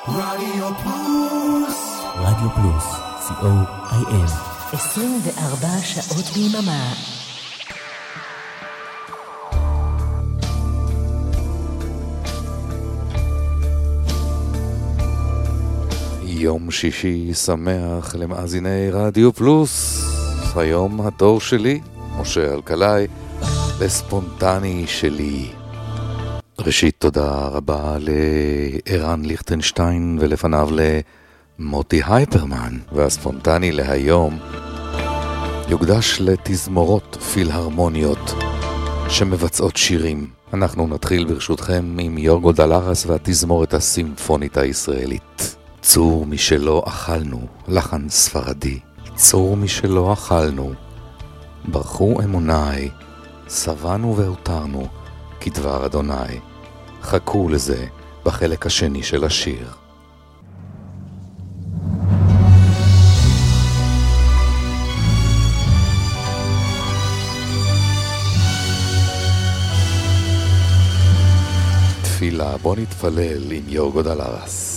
רדיו פלוס, רדיו פלוס, co.il 24 שעות ביממה. יום שישי שמח למאזיני רדיו פלוס. היום התור שלי, משה אלקלעי, לספונטני שלי. ראשית תודה רבה לערן ליכטנשטיין ולפניו למוטי הייפרמן. והספונטני להיום יוקדש לתזמורות פילהרמוניות שמבצעות שירים. אנחנו נתחיל ברשותכם עם יורגו דלרס והתזמורת הסימפונית הישראלית. צור משלא אכלנו, לחן ספרדי. צור משלא אכלנו, ברכו אמוני, סבנו והותרנו, כדבר אדוני. חכו לזה בחלק השני של השיר. תפילה, בוא נתפלל עם יורגו דלרס.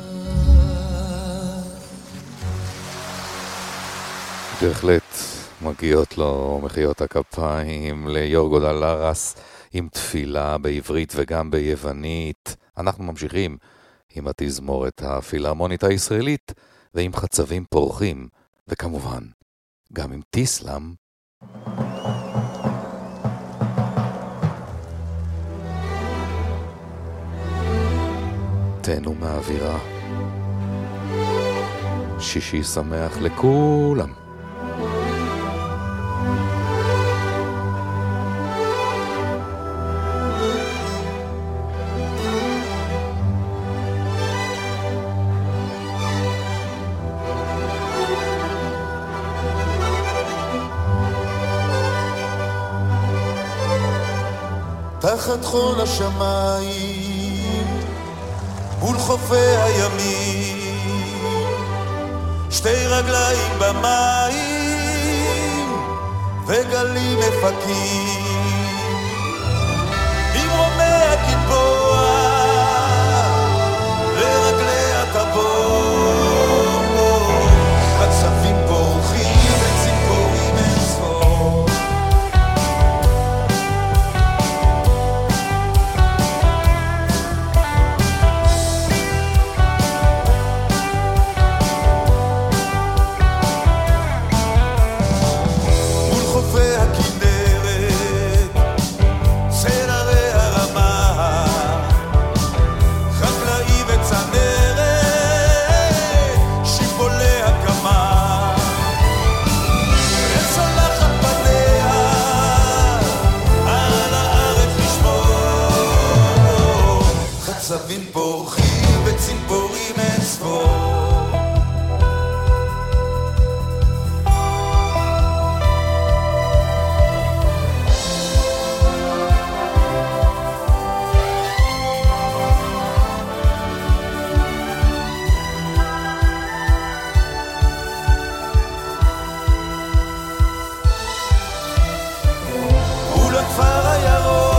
בהחלט מגיעות לו מחיאות הכפיים ליורגו דלרס עם תפילה בעברית וגם ביוונית. אנחנו ממשיכים עם התזמורת הפילהרמונית הישראלית ועם חצבים פורחים, וכמובן גם עם טיסלאם. תהנו מהאווירה. שישי שמח לכולם. תחת חול השמיים מול חופי הימים, שתי רגליים במים וגלים מפקים, עם רומי הכתבוע לרגלי הטבור, חצבים פורחים וציפורים אין ספור. חצבים פורחים וציפורים אין ספור. ולכפר הירוק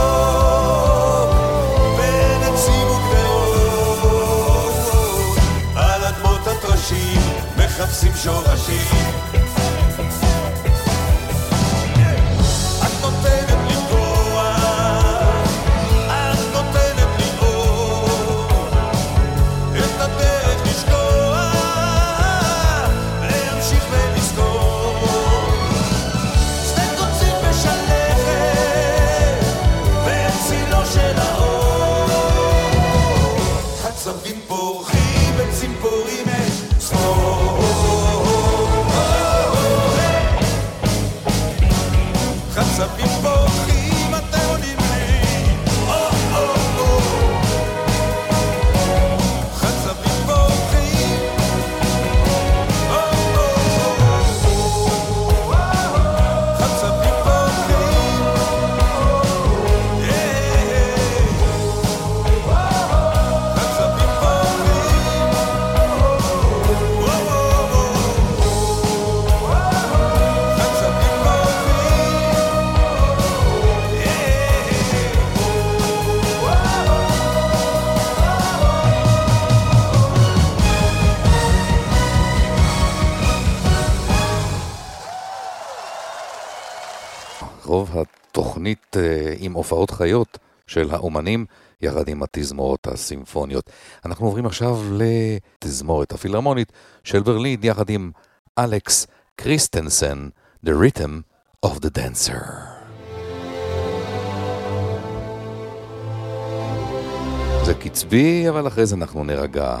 מחפשים שורשים. את נותנת לי כוח, את נותנת לי אור, את הדרך לשקוע, להמשיך ולזכור. שדה קוצים בשלכת והצילו של האור, חצבים פורחים וציפורים אין ספור. חצבים פורחים אתם עונים לי, חצבים פורחים, חצבים פורחים, חצבים רוב התוכנית עם הופעות חיות של האומנים יחד עם התזמורות הסימפוניות. אנחנו עוברים עכשיו לתזמורת הפילהרמונית של ברלין יחד עם אלכס קריסטנסן, The Rhythm of the Dancer. זה קצבי, אבל אחרי זה אנחנו נרגע.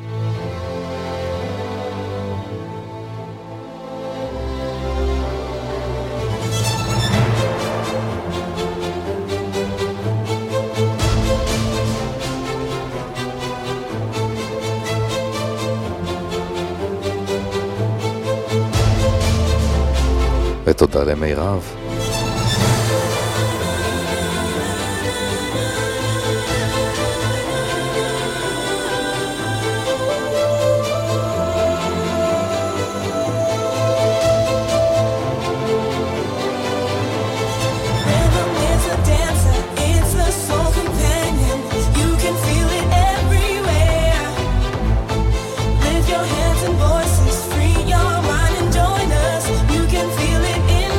ותודה למירב. Your hands and voices, free your mind and join us. You can feel it in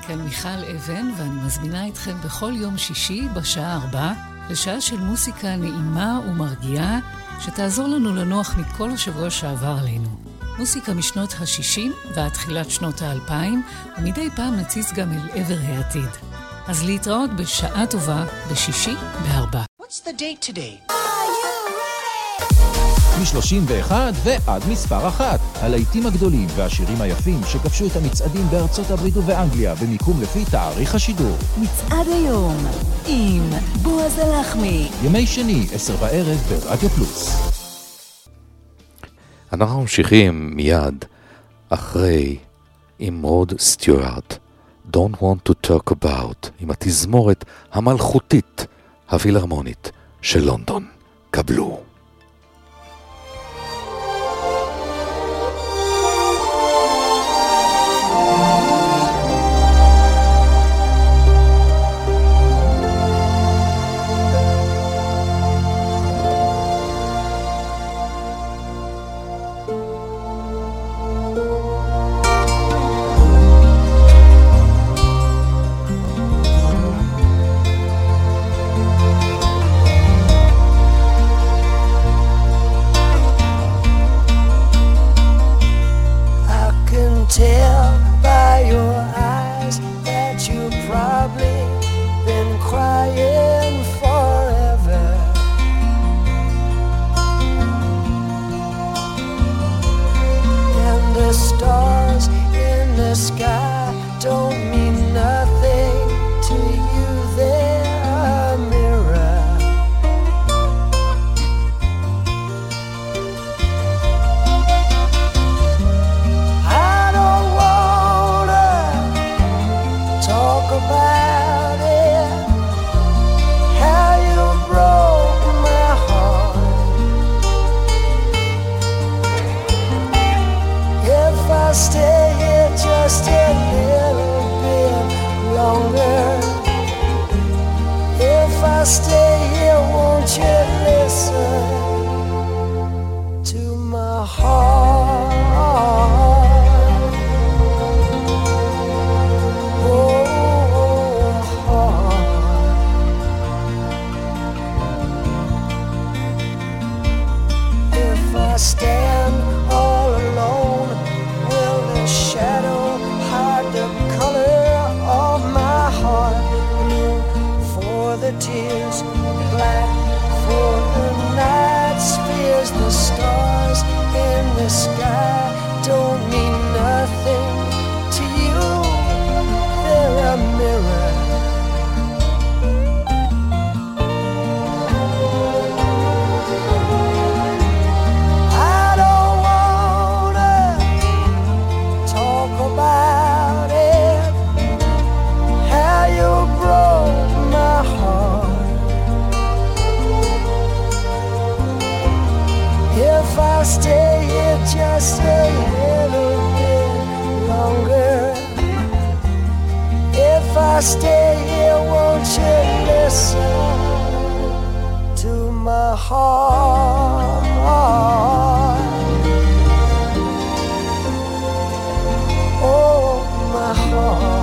כאן מיכל אבן, ואני מזמינה אתכם בכל יום שישי בשעה 4 לשעה של מוסיקה נעימה ומרגיעה שתעזור לנו לנוח מכל השבוע שעבר עלינו. מוסיקה משנות ה-60 ועד תחילת שנות ה-2000, ומדי פעם נציץ גם אל עבר העתיד. אז להתראות בשעה טובה בשישי ב-4. What's the date today? מ-31 ועד מספר 1. הלהיטים הגדולים והשירים היפים שכבשו את המצעדים בארצות הברית ובאנגליה במיקום לפי תאריך השידור. מצעד היום עם בועז הלחמי. ימי שני, 10 בערב ברדיו פלוס. אנחנו ממשיכים מיד אחרי עם רוד סטיוארט, Don't Want to Talk About, עם התזמורת המלכותית הפילהרמונית של לונדון. קבלו. Tell by your eyes that you've probably been crying forever. And the stars in the sky don't mean nothing to you, they're a mirror. About it, how you broke my heart. If I stay here just a little bit longer, if I stay here, won't you listen to my heart? I stand all alone, will the shadow hide the color of my heart? Blue for the tears, black for the night's fears. The stars in the sky don't mean nothing to you, they're a mirror. Stay here just a little bit longer. If I stay here, won't you listen to my heart? Oh, my heart.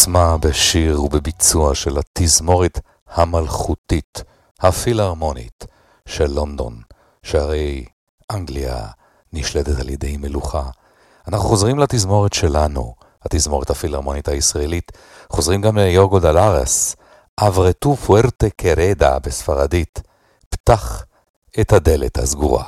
עוצמה בשיר ובביצוע של התזמורת המלכותית, הפילהרמונית של לונדון, שהרי אנגליה נשלטת על ידי מלוכה. אנחנו חוזרים לתזמורת שלנו, התזמורת הפילהרמונית הישראלית, חוזרים גם ליוגו דלרס, אברטו פוארטה קרדה בספרדית, פתח את הדלת הסגורה.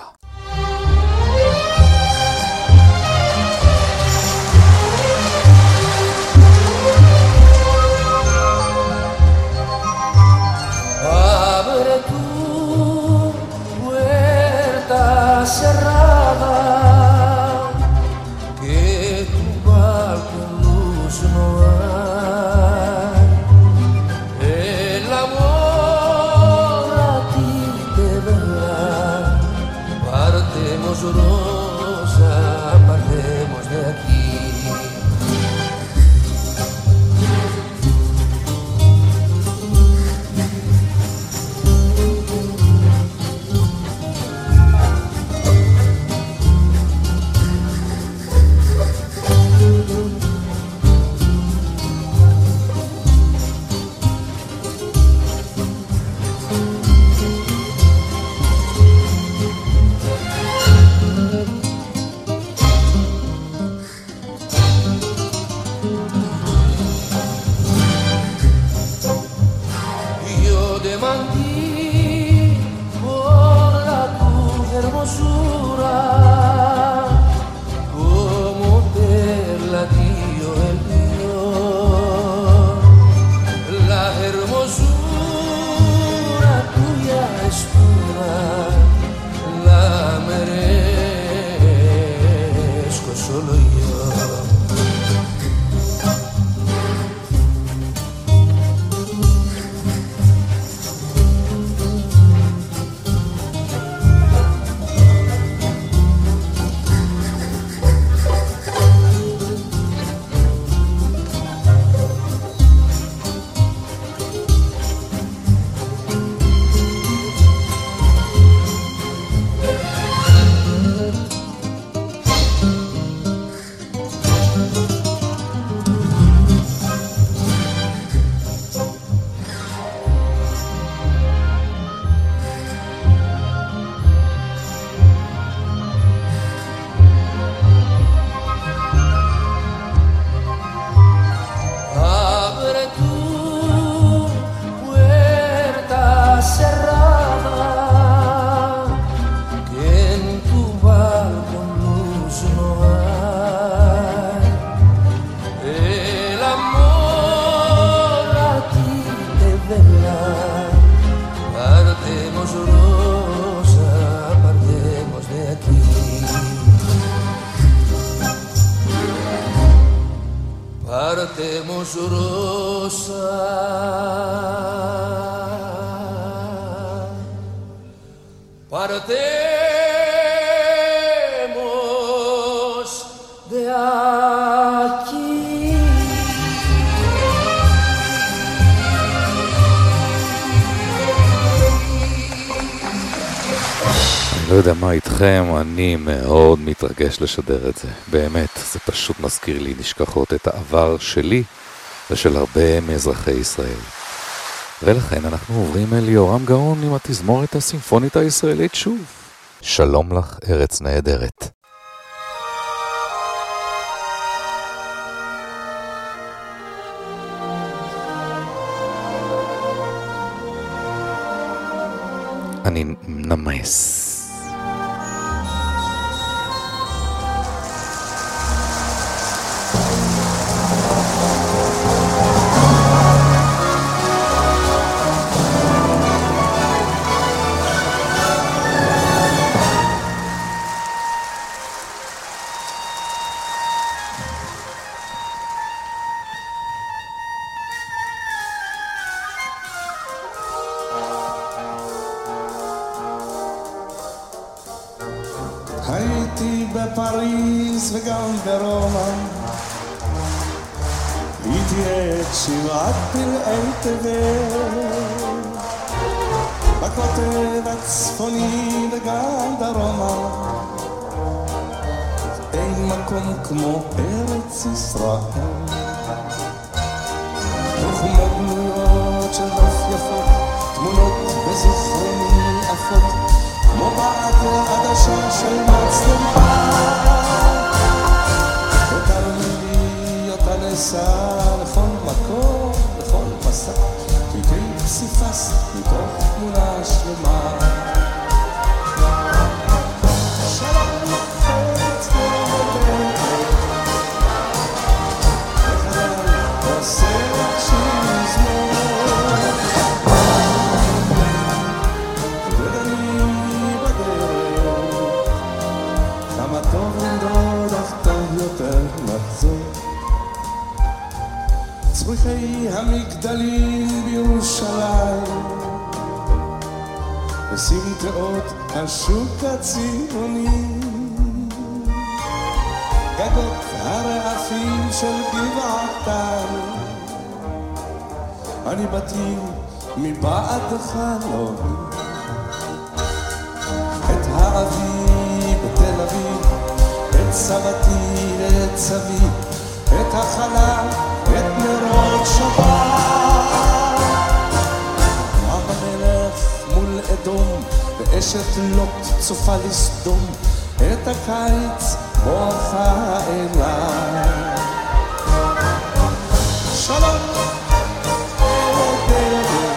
Cerrada, que tu balcón luz no hay. El amor a ti te verá. Partemos rosa, partemos de aquí. Partemos rosa, partemos de aquí. אני לא יודע מה איתכם, אני מאוד מתרגש לשדר את זה. באמת, זה פשוט מזכיר לי נשכחות את העבר שלי ושל הרבה מאזרחי ישראל. ולכן אנחנו עוברים אל יורם גאון עם התזמורת הסימפונית הישראלית שוב. שלום לך ארץ נהדרת. אני נמס. הייתי בפריז וגם ברומא, ראיתי את שבעת פלאי תבל, בקוטב הצפוני וגם דרומה, אין מקום כמו ארץ ישראל. כמו דמויות של נוף יפות, תמונות בזיכרוני עפות, כמו בעד העדשה של מצלמה. ותרמי אותה נסע לכל מקום, לכל מסע, תלכי פסיפס מתוך תמונה שלמה. שלום לחץ נהדרת, וחלל עושה לך שיזמור, ודני בדרך, כמה טוב לנדוד אך טוב יותר לחזור. צריחי המגדלים בירושלים וסמטאות השוק הציוני, גגות הרעפים של גבעתיים, אני בתים מבעד חלום, את האבי בתל אביב, את סבתי ואת סבי, את החלל, את נרות שבת, המלך מול אדום ואשת לוט צופה לסדום, את הקיץ בואכה אליי. שלום דרך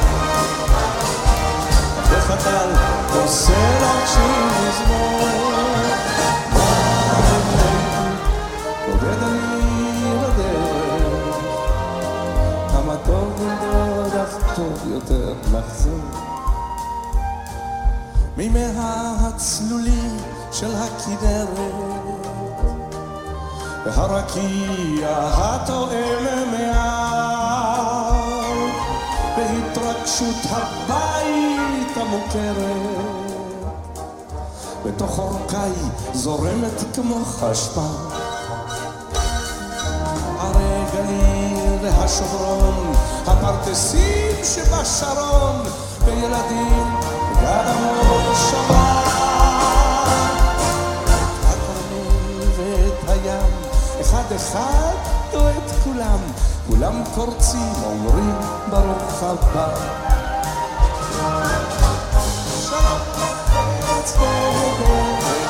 וחתל עושה לך שיזמור, עובד אני בדרך, כמה טוב לנדוד אך טוב יותר לחזור. מימי הצלולים של הכנרת והרקיע התואם מעל, בהתרגשות הבית המוכרת, בתוך אורכי זורמת כמו חשמל, ערי גליל והשומרון, הפרדסים שבשרון, וילדים גד המושבה, הכרמל ואת הים, אחד אחד ואת כולם, כולם קורצים אומרים ברוך הבא. שלום לחץ ודרך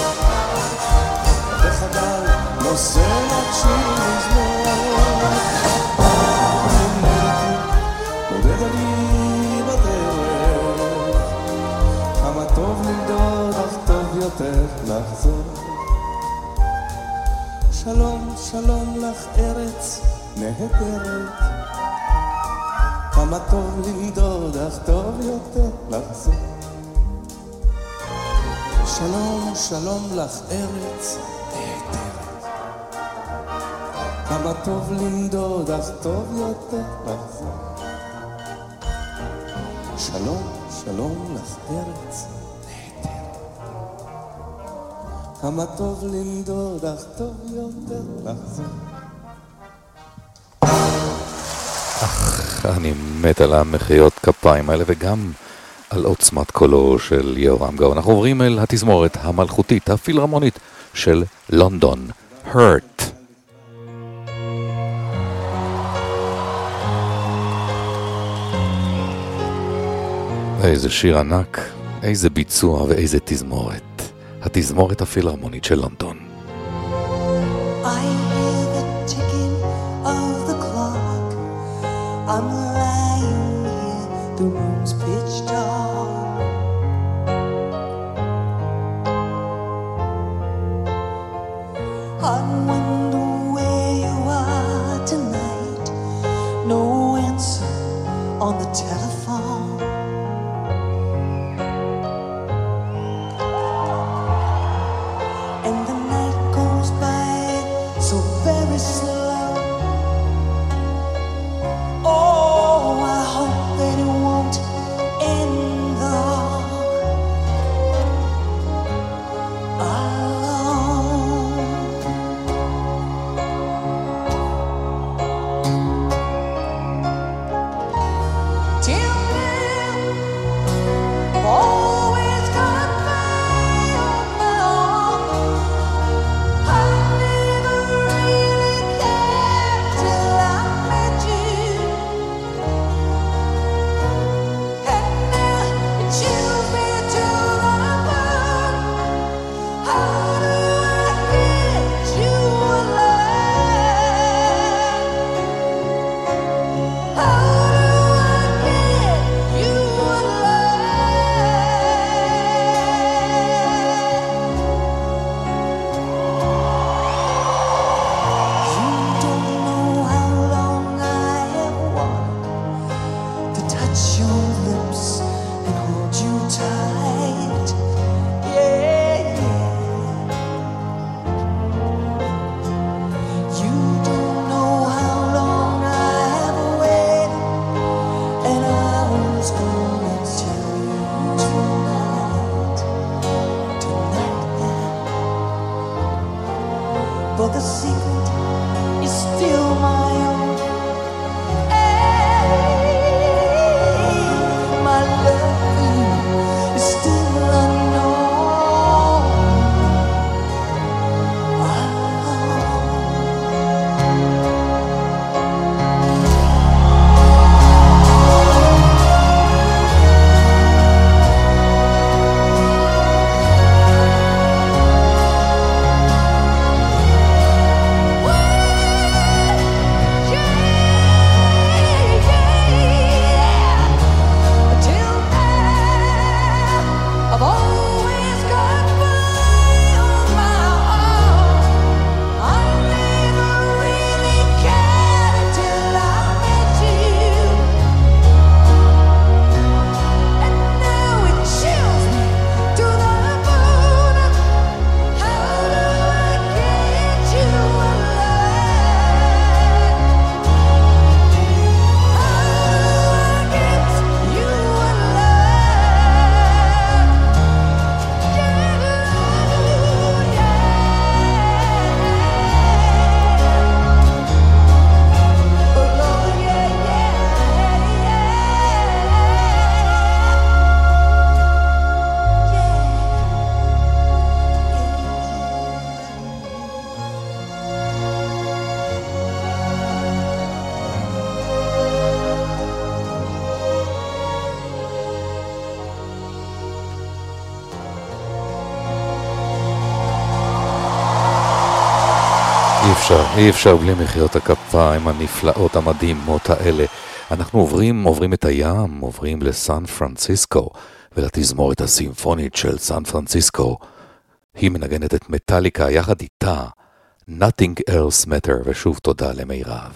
וחדל נושא לך שיזמור, עודד אני בדרך, כמה טוב לנדוד אך טוב יותר לחזור. שלום שלום לך ארץ נהדרת, כמה טוב לנדוד אך טוב יותר לחזור. שלום שלום לך ארץ נהדרת, כמה טוב לנדוד אך טוב יותר לחזור. שלום שלום לך ארץ נהדרת, כמה טוב לנדוד אך טוב יותר לחזור. אני מת על המחיאות כפיים האלה וגם על עוצמת קולו של יורם גאון. אנחנו עוברים אל התזמורת המלכותית הפילהרמונית של לונדון, Hurt. איזה שיר ענק, איזה ביצוע ואיזה תזמורת. התזמורת הפילהרמונית של לונדון. I hear the ticking of the clock. I'm lying here, the room's pitch dark. I wonder where you are tonight. No answer on the telephone. And the night goes by so very slow. Oh, I hope that it won't end אי אפשר בלי מחיאות הכפיים הנפלאות המדהימות האלה. אנחנו עוברים את הים, עוברים לסן פרנסיסקו ולתזמורת הסימפונית של סן פרנסיסקו. היא מנגנת את מטליקה, יחד איתה Nothing Else Matter, ושוב תודה למירב.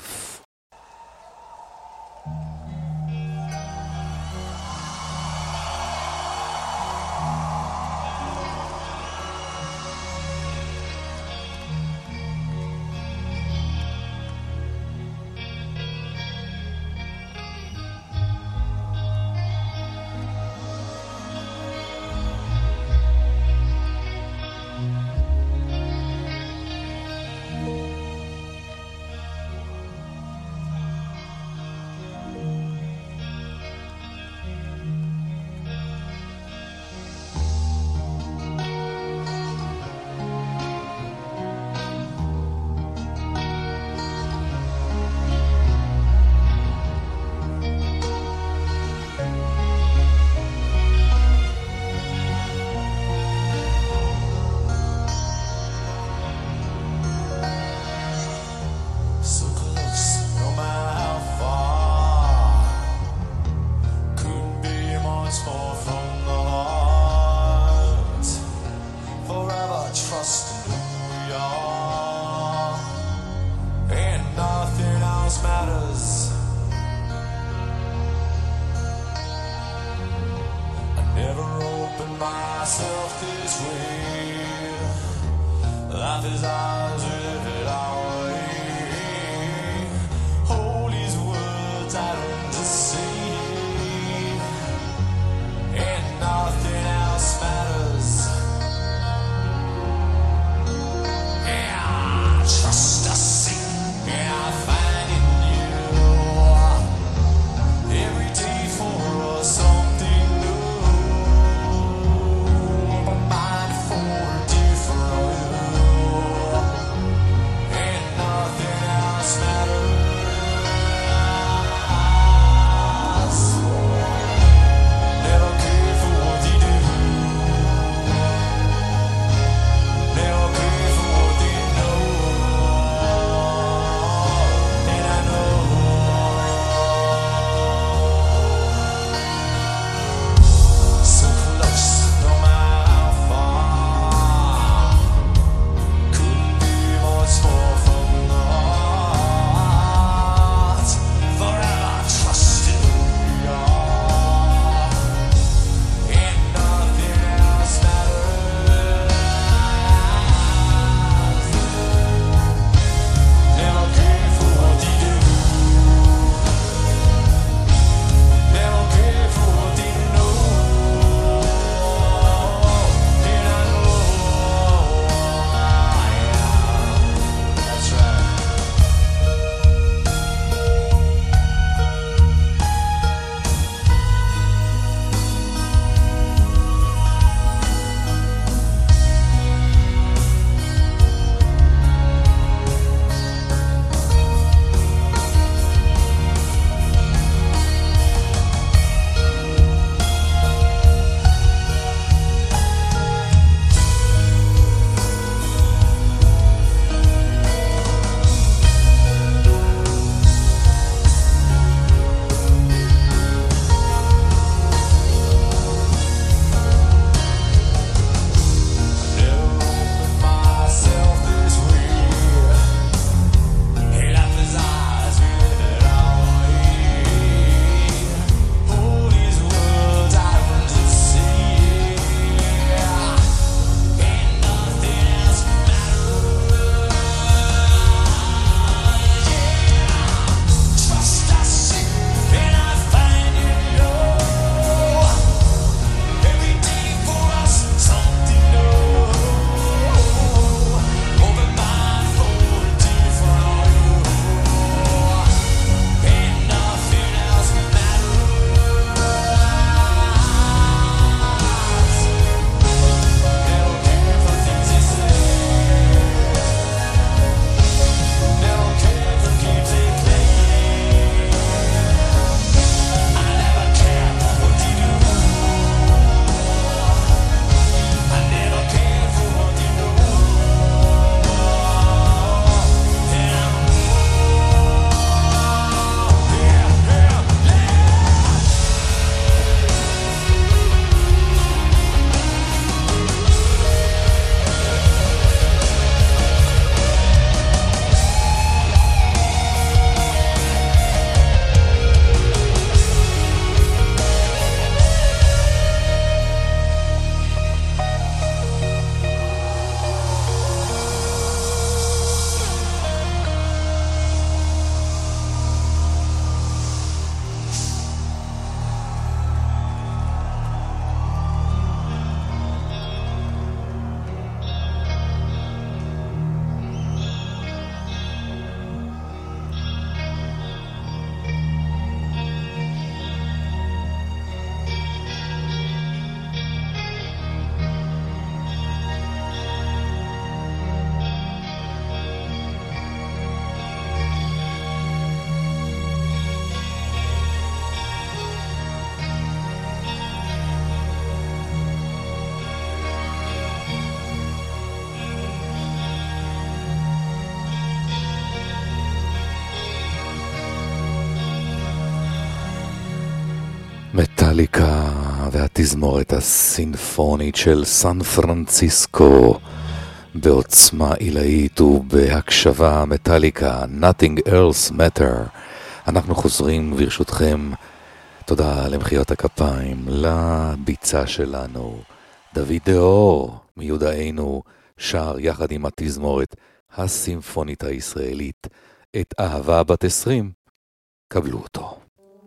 מטליקה והתזמורת הסינפונית של סן פרנסיסקו בעוצמה עילאית ובהקשבה. מטליקה, Nothing Else Matter. אנחנו חוזרים ברשותכם, תודה למחיאות הכפיים, לביצה שלנו. דוד דאור מיודענו שר יחד עם התזמורת הסימפונית הישראלית את אהבה בת 20. קבלו אותו.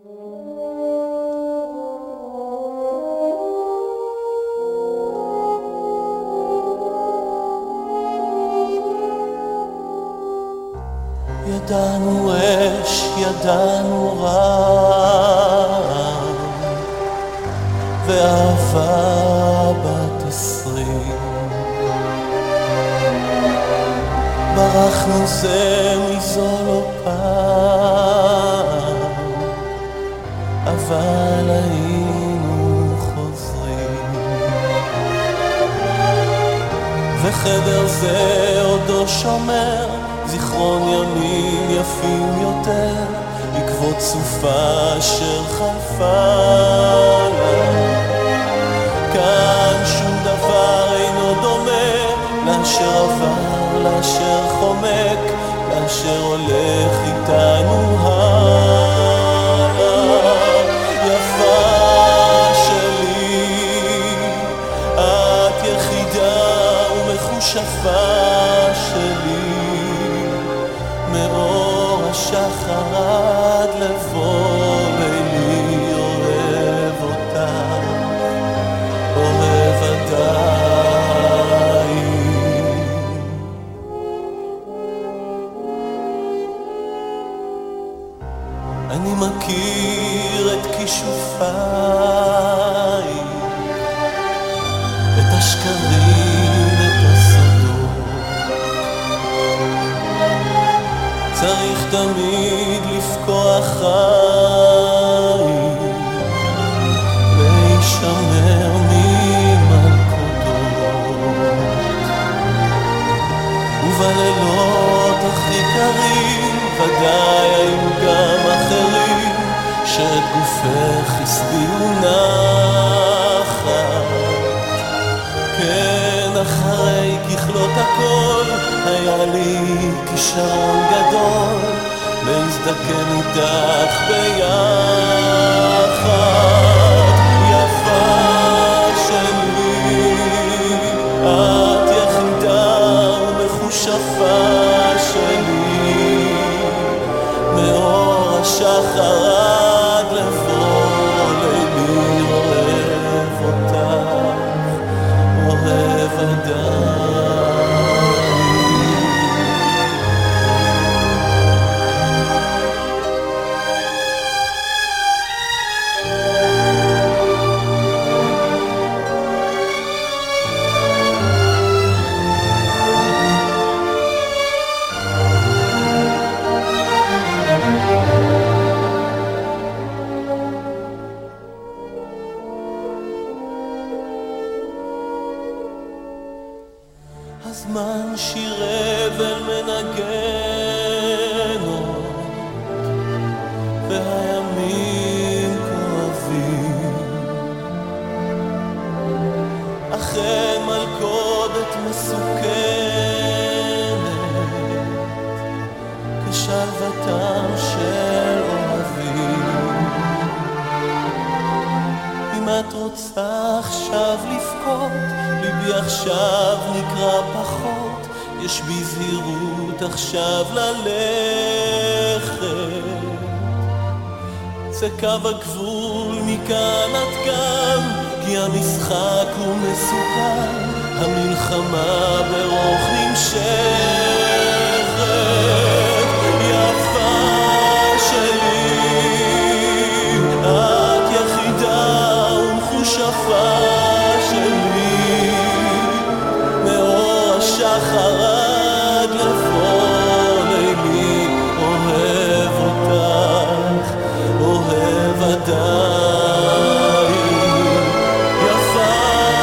ידענו אש, ידענו רעב, ואהבה בת 20. ברחנו זה מזו לא פעם, אבל היינו חוזרים. וחדר זה עודו שומר זיכרון ימים יפים יותר, עקבות סופה אשר חלפה לה. כאן שום דבר אינו דומה לאשר עבר, לאשר חומק, לאשר הולך איתנו הלאה. יפה שלי, את יחידה ומחושפה שלי, מאור השחר עד לבוא לילי, אוהב אותה, אוהב עדיין. אני מכיר את כישופיי, את השקרים, את הסודות. צריך תמיד לפקוח חיים, להישמר ממלכודות. ובלילות הכי קרים ודאי היו גם אחרים, שאת גופך הסביעו נחת. כן, אחרי ככלות הכל היה לי כישרון גדול להזדקן איתך ביחד. יפה שלי, את יחידה ומחושפה שלי, מאור השחר עד לבוא לילי, אוהב אותך, אוהב עדיין. הזמן שיר אבל מנגן עוד, והימים כואבים. אכן מלכודת מסוכנת, כשלוותם של אוהבים. אם את רוצה עכשיו לבכות, ליבי עכשיו נקרא פחות, יש בי זהירות עכשיו ללכת. זה קו הגבול מכאן עד כאן, כי המשחק הוא מסוכן, המלחמה ברוך נמשכת. יפה שלי, את יחידה ומחושפה שלי, מאור השחר עד לבוא לילי, אוהב אותך, אוהב עדיין. יפה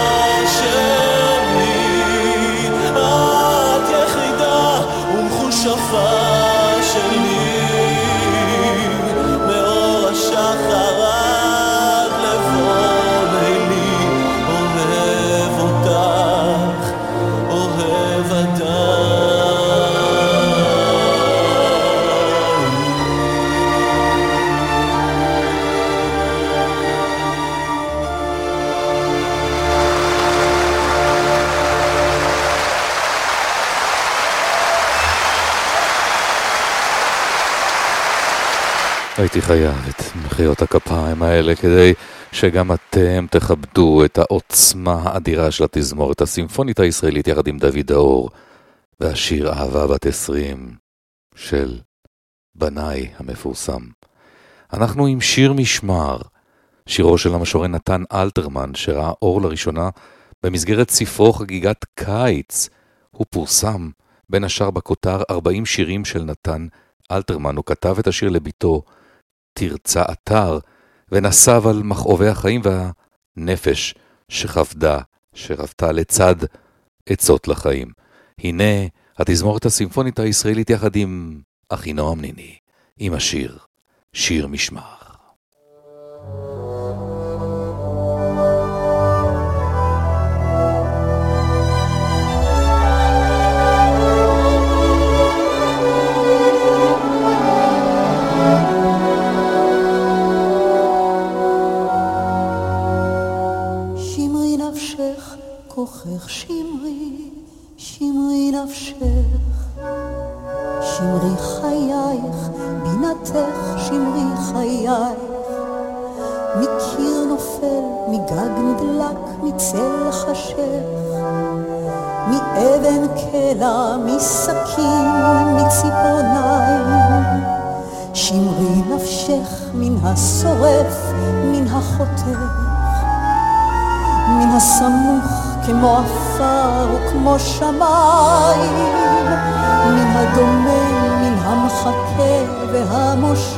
שלי, את יחידה ומחושפה שלי, מאור השחר עד הייתי חייב את מחיאות הכפיים האלה כדי שגם אתם תכבדו את העוצמה האדירה של התזמורת הסימפונית הישראלית יחד עם דוד דאור והשיר אהבה בת 20 של בנאי המפורסם. אנחנו עם שיר משמר, שירו של המשורר נתן אלתרמן שראה אור לראשונה במסגרת ספרו חגיגת קיץ. הוא פורסם בין השאר בכותר 40 שירים של נתן אלתרמן. הוא כתב את השיר לביתו תרצה אתר ונסב על מכאובי החיים והנפש שרבתה לצד עצות לחיים. הנה התזמורת הסימפונית הישראלית יחד עם אחינועם ניני עם השיר שיר משמר. כוחך שמרי, שמרי נפשך, שמרי חייך, בינתך שמרי חייך, מקיר נופל, מגג נדלק, מצל חשך, מאבן קלע, מסכין, מציפורניים, שמרי נפשך מן השורף, מן החותך, מן הסמוך כמו אפר וכמו שמיים, מן הדומם, מן המחכה והמושך,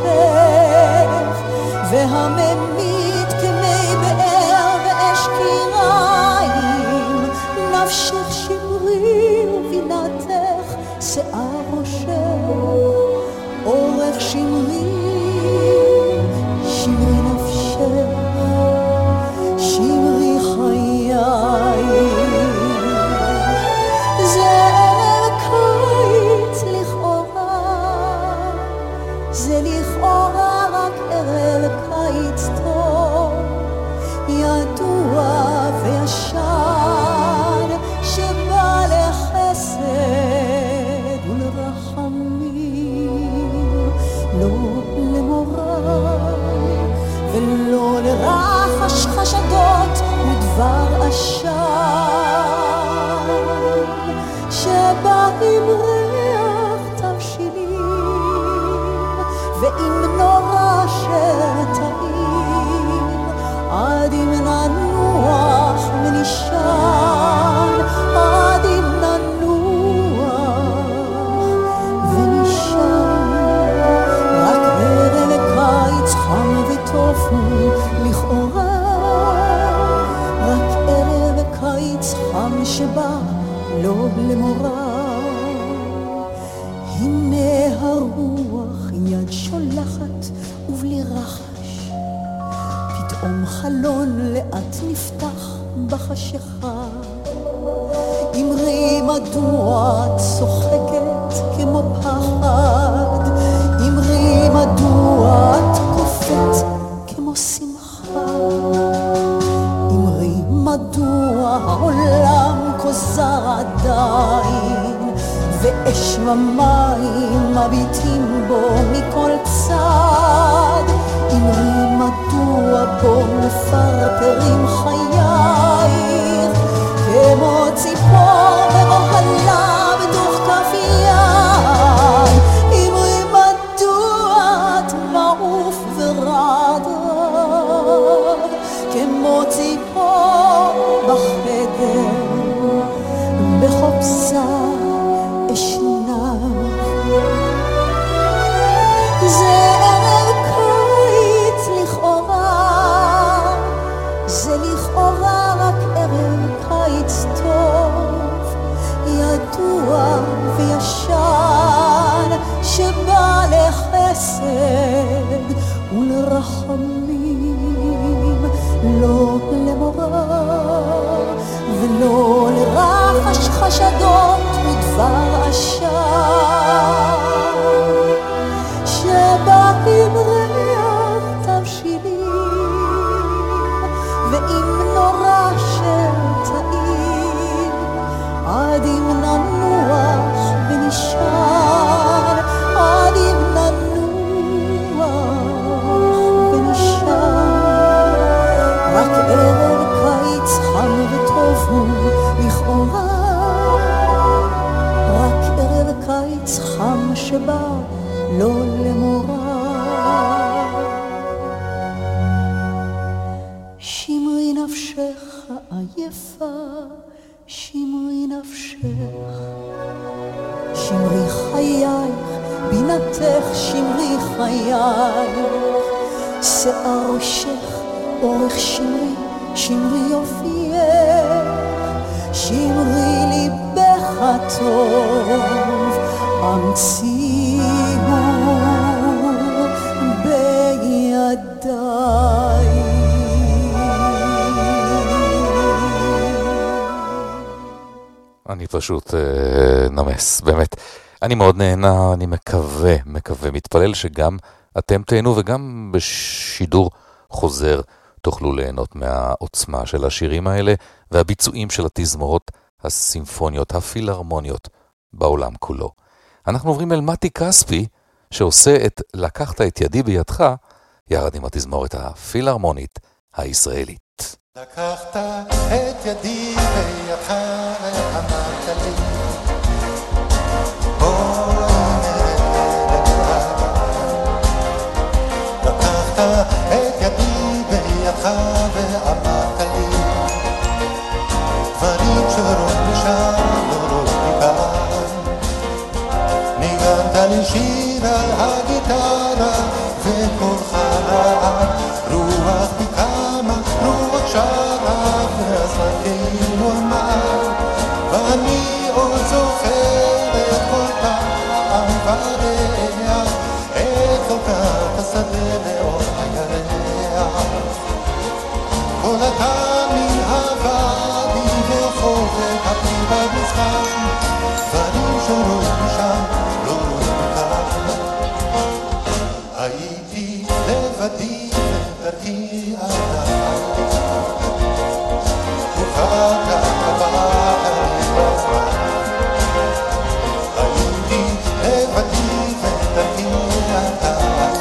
והממית כמי באר ואש קיריים. נפשך שמרי ובינתך שיער ראשך, אורך שמרי, שמרי נפשך, שמרי חיי. זה קיץ לכאורה, זה לכאורה רק ערב קיץ טוב, ידוע וישן, שבא לחסד ולרחמים, לא למורא ולא לרחש חשדות ודבר עשן, שבא עם ריח תבשילים ועם נורא שרתאים, עד אם ננוח ונשן, עד אם ננוח ונשן. רק ערב קיץ חם וטוב הוא לכאורה, רק ערב קיץ חם שבא לא למורא. הנה הרוח יד שולחת ובלי רחש, פתאום חלון לאט נפתח בחשיכה. אמרי מדוע את צוחקת כמו פחד, אמרי מדוע את קופאת כמו שמחה, אמרי מדוע העולם כוזר עדיין, ואש ומים מביטים בו מכל צד. אמרי מדוע בו מפרפרים חייך, כמו ציפור באוהלה בתוך כף יד. אמרי מדוע את מעוף ורעד, כמו ציפור בחדר בחופזה אשנה. זה ערב קיץ לכאורה, זה לכאורה רק ערב קיץ טוב, ידוע וישן, שבא לחסד ולרחמים, לא למורא ולא לרחש חשדות ודבר עשן, שבא עם ריח תבשילים ועם נורא שרתאים, עד אם ננוח ונשן, עד אם ננוח נפשך עייפה, שמרי נפשך, שמרי חייך, בינתך שמרי חייך, שיער ראשך, אורך שמרי, שמרי יופייך, שמרי ליבך הטוב, המציאו בידיי. אני פשוט נמס, באמת. אני מאוד נהנה, אני מקווה, מתפלל שגם אתם תהנו וגם בשידור חוזר תוכלו ליהנות מהעוצמה של השירים האלה והביצועים של התזמורות הסימפוניות, הפילהרמוניות בעולם כולו. אנחנו עוברים אל מתי כספי שעושה את לקחת את ידי בידך יחד עם התזמורת הפילהרמונית הישראלית. לקחת את ידי בידך ואמרת לי בואי נדבר. לקחת את ידי בידך ואמרת לי דברים שרות משם נורות מכאן. ניגנת לי שיר על הגיטרה וקולך רעד רוח בקמה רוח שרה והזמן כאילו אמר ואני עוד זוכר את כל פעם וריח את חלקת השדה לאור הירח כל הטעם מן הוואדי וחובק הפרי במשחק דברים שרואים משם לא רואים מכאן. הייתי לבדי ודרכי עדיין וחג הבא בזמן. הייתי לבדי ודרכי עדיין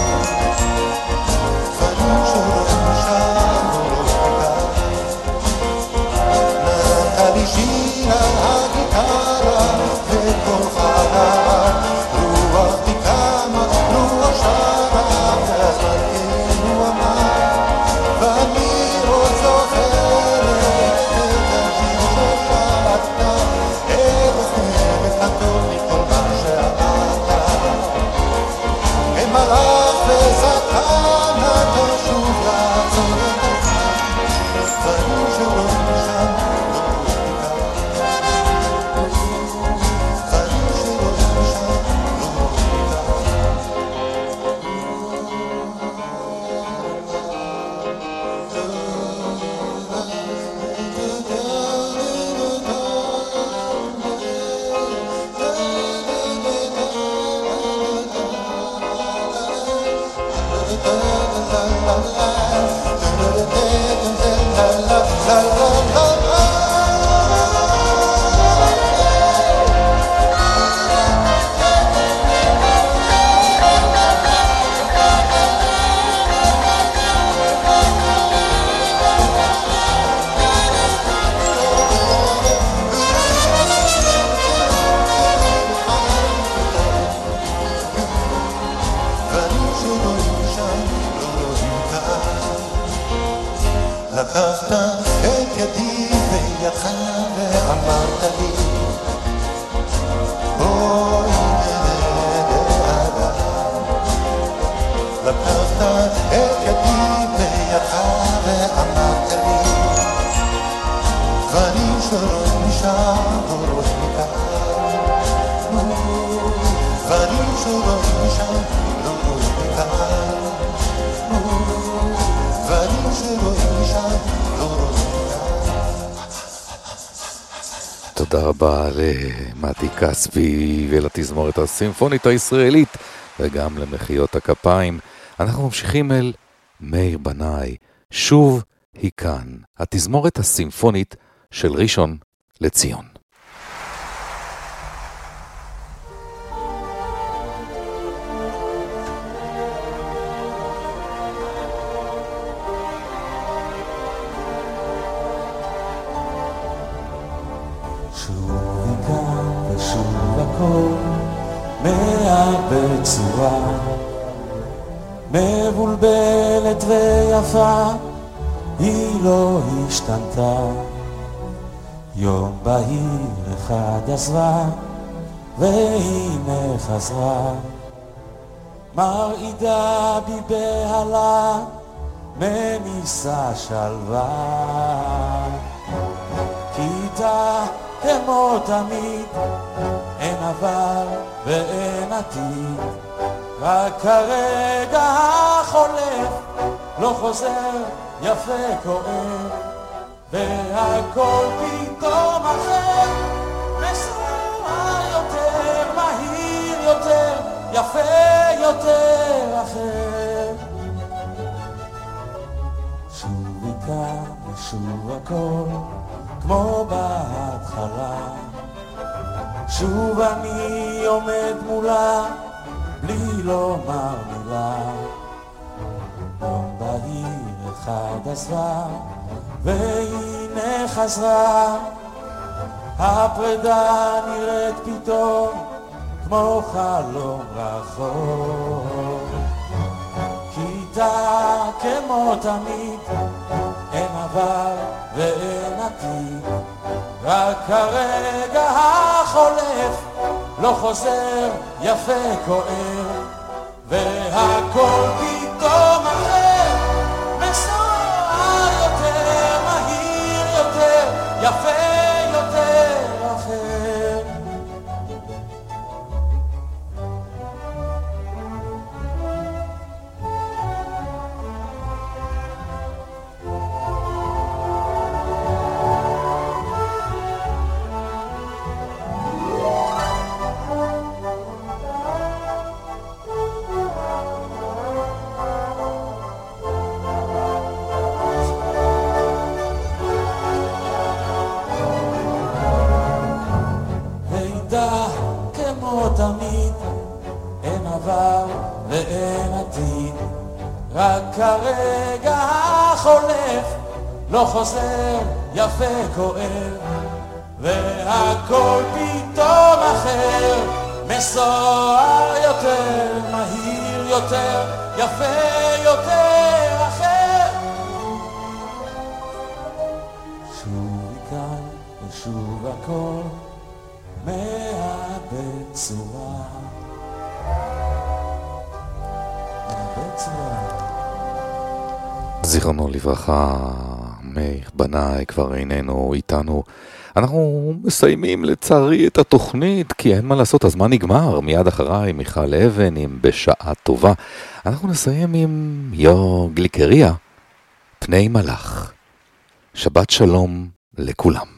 דברים שרואים משם לא רואים מכאן. נתת לי שיר על הגיטרה וקולך רעד רוח בקמה רוח שרה והזמן כאילו אמר ואני עוד זוכרת את השיר ששרת את הסמרת הטוב מכל מה שאמרת כמלאך ושטן אתה שוב לעצור את הזמן דברים שרואים משם לא רואים מכאן. דברים שרואים משם לא רואים מכאן. לקחת את ידי בידך ואמרת לי בואי נדבר. לקחת את ידי בידך ואמרת לי דברים שרואים משם לא רואים מכאן. דברים שרואים משם לא רואים מכאן. דברים שרואים משם לא רואים מכאן. תודה רבה למתי כספי ולתזמורת הסימפונית הישראלית וגם למחיאות הכפיים. אנחנו ממשיכים אל מאיר בנאי, שוב היא כאן, התזמורת הסימפונית של ראשון לציון. מבולבלת ויפה היא לא השתנתה. יום בהיר אחד עזבה, והנה חזרה, מרעידה בי בהלה, מניסה שלווה. כיתה כמו תמיד, אין עבר ואין עתיד, רק הרגע החולף לא חוזר, יפה כואב, והכל פתאום אחר, מסוער יותר, מהיר יותר, יפה יותר אחר. שוב יקר ושוב הכל כמו בהתחלה, שוב אני עומד מולה בלי לומר מילה. יום בהיר אחד עזבה, והנה חזרה, הפרידה נראית פתאום כמו חלום רחוק. כיתה כמו תמיד, אין עבר ואין עתיד, רק הרגע החולף לא חוזר, יפה כואב, והכל פתאום אחר, מסוער יותר, מהיר יותר, יפה יותר אחר. תמיד, אין עבר ואין עתיד, רק הרגע החולף לא חוזר, יפה כואב, והכל פתאום אחר, מסוער יותר, מהיר יותר, יפה יותר אחר. שוב יקר ושוב הכל מאבד צורה, מאבד צורה. זיכרונו לברכה, מאיר בנאי כבר איננו איתנו. אנחנו מסיימים לצערי את התוכנית, כי אין מה לעשות, הזמן נגמר. מיד אחריי מיכל אבן עם בשעה טובה. אנחנו נסיים עם יו גליקריה, פני מלאך. שבת שלום לכולם.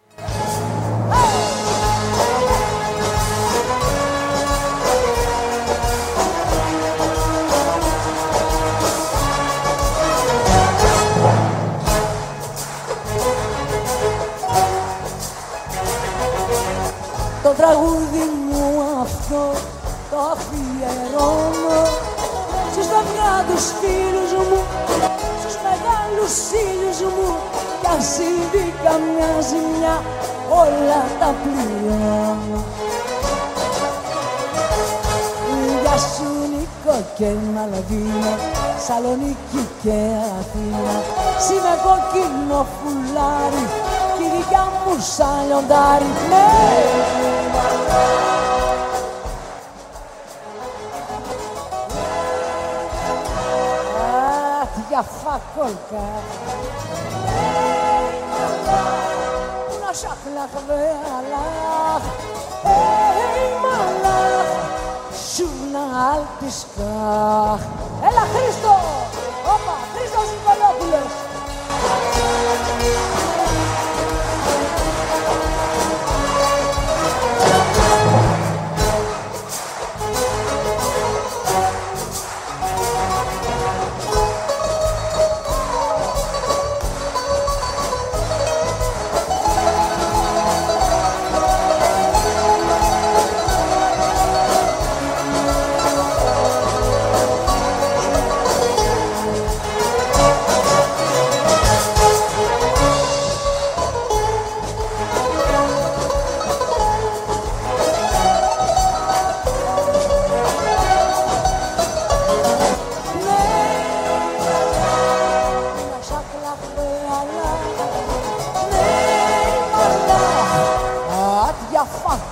Το τραγούδι μου αυτό το αφιερώνω στους μεγάλους φίλους μου, στους μεγάλους ήλιους μου, κι αν συμβεί καμιά ζημιά όλα τα πληρώνω. Γεια σου Νίκο και Μαλαβίνα, Σαλονίκη και Αθήνα, σήμα κόκκινο φουλάρι κι η δικιά μου σαν λιοντάρι. Για φακολκά να σαχλαχ βεαλάχ μαλάχ σούνα αλπισκάχ. Έλα Χρήστο! Όπα, Χρήστος Νικολόπουλος!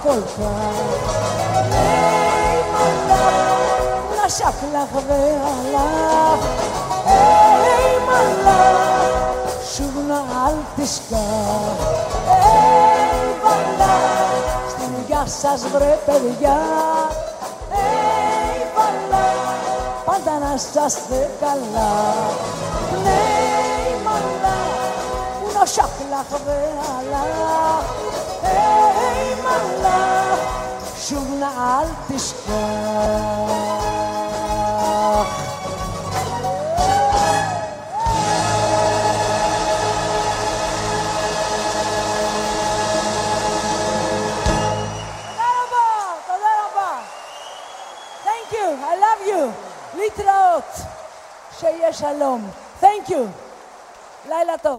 כל כך. היי מלאך, הוא נשק לך והלך. היי מלאך, שוב נא אל תשכח. היי מלאך, sas βρεπεδιά. Πάντα να είσαστε καλά. Ναι, μαλά, που να σάκλαχ βεαλά. μαλά, שוב נא אל תשכח. להתראות, שיהיה שלום. Thank you. לילה טוב.